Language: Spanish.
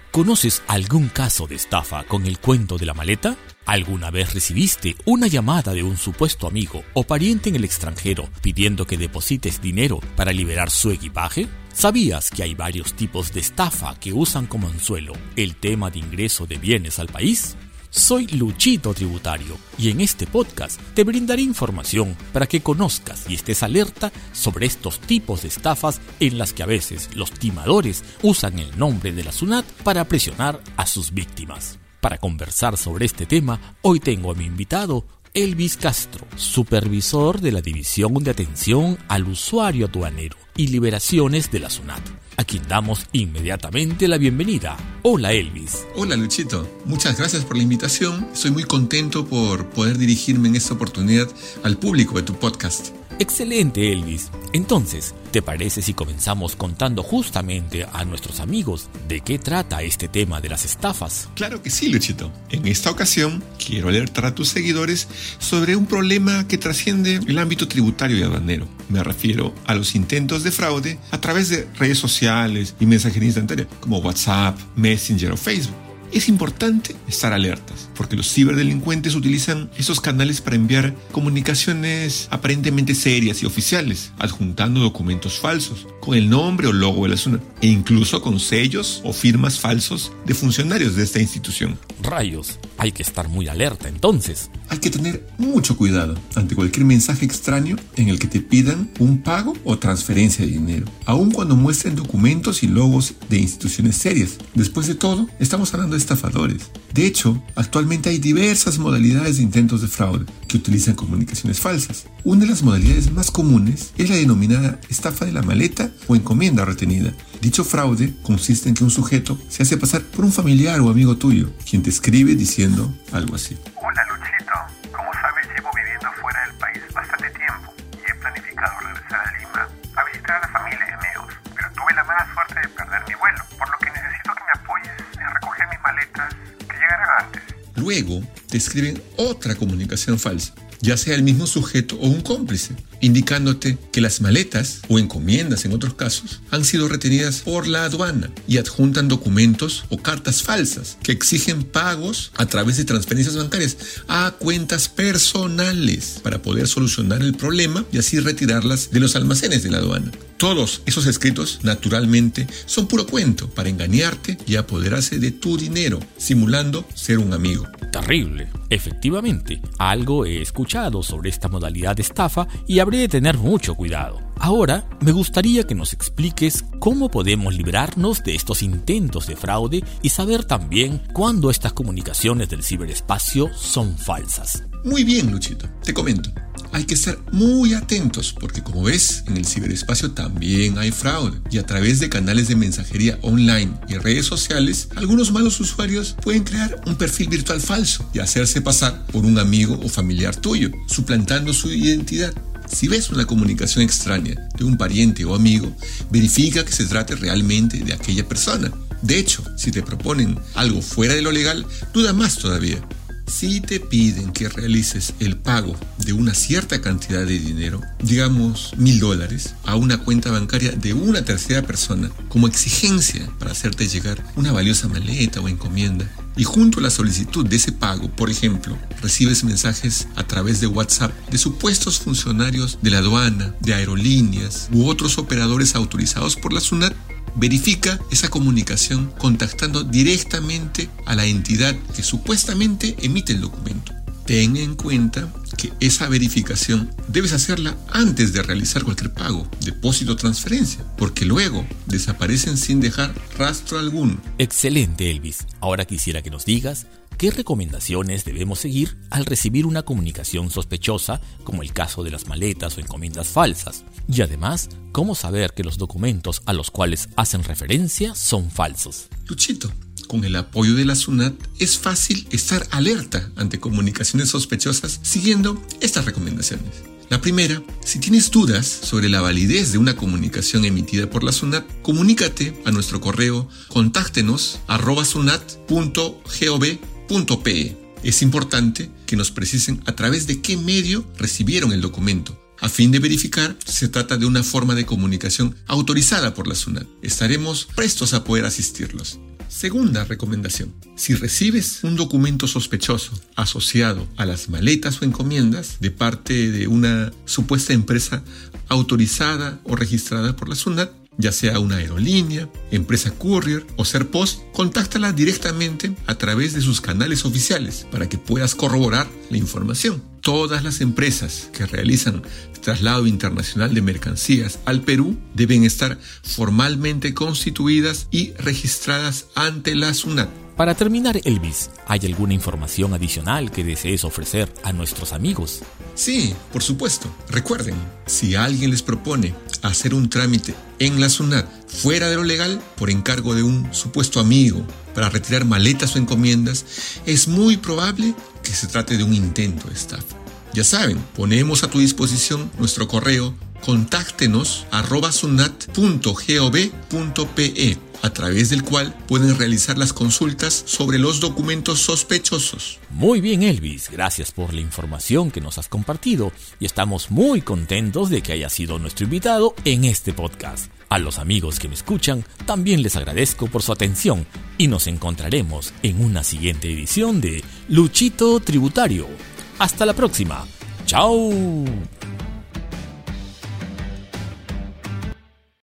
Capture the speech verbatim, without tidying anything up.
¿Conoces algún caso de estafa con el cuento de la maleta? ¿Alguna vez recibiste una llamada de un supuesto amigo o pariente en el extranjero pidiendo que deposites dinero para liberar su equipaje? ¿Sabías que hay varios tipos de estafa que usan como anzuelo el tema de ingreso de bienes al país? Soy Luchito Tributario y en este podcast te brindaré información para que conozcas y estés alerta sobre estos tipos de estafas en las que a veces los timadores usan el nombre de la SUNAT para presionar a sus víctimas. Para conversar sobre este tema, hoy tengo a mi invitado Elvis Castro, supervisor de la División de Atención al Usuario Aduanero y Liberaciones de la SUNAT, a quien damos inmediatamente la bienvenida. Hola Elvis. Hola Luchito, muchas gracias por la invitación. Estoy muy contento por poder dirigirme en esta oportunidad al público de tu podcast. Excelente Elvis. Entonces, ¿te parece si comenzamos contando justamente a nuestros amigos de qué trata este tema de las estafas? Claro que sí, Luchito. En esta ocasión, quiero alertar a tus seguidores sobre un problema que trasciende el ámbito tributario y aduanero. Me refiero a los intentos de fraude a través de redes sociales y mensajería instantánea como WhatsApp, Messenger o Facebook. Es importante estar alertas, porque los ciberdelincuentes utilizan esos canales para enviar comunicaciones aparentemente serias y oficiales, adjuntando documentos falsos, con el nombre o logo de la SUNAT, e incluso con sellos o firmas falsos de funcionarios de esta institución. Rayos, hay que estar muy alerta entonces. Hay que tener mucho cuidado ante cualquier mensaje extraño en el que te pidan un pago o transferencia de dinero, aun cuando muestren documentos y logos de instituciones serias. Después de todo, estamos hablando de estafadores. De hecho, actualmente hay diversas modalidades de intentos de fraude que utilizan comunicaciones falsas. Una de las modalidades más comunes es la denominada estafa de la maleta o encomienda retenida. Dicho fraude consiste en que un sujeto se hace pasar por un familiar o amigo tuyo, quien te escribe diciendo algo así. Hola Luchito, como sabes llevo viviendo fuera del país bastante tiempo y he planificado regresar a Lima a visitar a la familia de amigos, pero tuve la mala suerte de perder mi vuelo, por lo que necesito que me apoyes en recoger mis maletas que llegarán antes. Luego te escriben otra comunicación falsa, ya sea el mismo sujeto o un cómplice, indicándote que las maletas, o encomiendas en otros casos, han sido retenidas por la aduana y adjuntan documentos o cartas falsas que exigen pagos a través de transferencias bancarias a cuentas personales para poder solucionar el problema y así retirarlas de los almacenes de la aduana. Todos esos escritos, naturalmente, son puro cuento para engañarte y apoderarse de tu dinero, simulando ser un amigo. Terrible. Efectivamente, algo he escuchado sobre esta modalidad de estafa y habré de tener mucho cuidado. Ahora, me gustaría que nos expliques cómo podemos librarnos de estos intentos de fraude y saber también cuándo estas comunicaciones del ciberespacio son falsas. Muy bien, Luchito, te comento. Hay que estar muy atentos porque, como ves, en el ciberespacio también hay fraude y a través de canales de mensajería online y redes sociales, algunos malos usuarios pueden crear un perfil virtual falso y hacerse pasar por un amigo o familiar tuyo, suplantando su identidad. Si ves una comunicación extraña de un pariente o amigo, verifica que se trate realmente de aquella persona. De hecho, si te proponen algo fuera de lo legal, duda más todavía. Si te piden que realices el pago de una cierta cantidad de dinero, digamos mil dólares, a una cuenta bancaria de una tercera persona como exigencia para hacerte llegar una valiosa maleta o encomienda, y junto a la solicitud de ese pago, por ejemplo, recibes mensajes a través de WhatsApp de supuestos funcionarios de la aduana, de aerolíneas u otros operadores autorizados por la SUNAT, verifica esa comunicación contactando directamente a la entidad que supuestamente emite el documento. Ten en cuenta que esa verificación debes hacerla antes de realizar cualquier pago, depósito o transferencia, porque luego desaparecen sin dejar rastro alguno. Excelente, Elvis. Ahora quisiera que nos digas ¿qué recomendaciones debemos seguir al recibir una comunicación sospechosa, como el caso de las maletas o encomiendas falsas? Y además, ¿cómo saber que los documentos a los cuales hacen referencia son falsos? Luchito, con el apoyo de la SUNAT es fácil estar alerta ante comunicaciones sospechosas siguiendo estas recomendaciones. La primera, si tienes dudas sobre la validez de una comunicación emitida por la SUNAT, comunícate a nuestro correo contáctenos arroba sunat punto gov punto pe. Es importante que nos precisen a través de qué medio recibieron el documento, a fin de verificar si se trata de una forma de comunicación autorizada por la SUNAT. Estaremos prestos a poder asistirlos. Segunda recomendación. Si recibes un documento sospechoso asociado a las maletas o encomiendas de parte de una supuesta empresa autorizada o registrada por la SUNAT, ya sea una aerolínea, empresa courier o Serpost, contáctala directamente a través de sus canales oficiales para que puedas corroborar la información. Todas las empresas que realizan traslado internacional de mercancías al Perú deben estar formalmente constituidas y registradas ante la SUNAT. Para terminar, Elvis, ¿hay alguna información adicional que desees ofrecer a nuestros amigos? Sí, por supuesto. Recuerden, si alguien les propone hacer un trámite en la SUNAT fuera de lo legal, por encargo de un supuesto amigo, para retirar maletas o encomiendas, es muy probable que se trate de un intento de estafa. Ya saben, ponemos a tu disposición nuestro correo contáctenos arroba sunat punto gov punto pe, a través del cual pueden realizar las consultas sobre los documentos sospechosos. Muy bien, Elvis, gracias por la información que nos has compartido y estamos muy contentos de que hayas sido nuestro invitado en este podcast. A los amigos que me escuchan, también les agradezco por su atención y nos encontraremos en una siguiente edición de Luchito Tributario. Hasta la próxima. ¡Chao!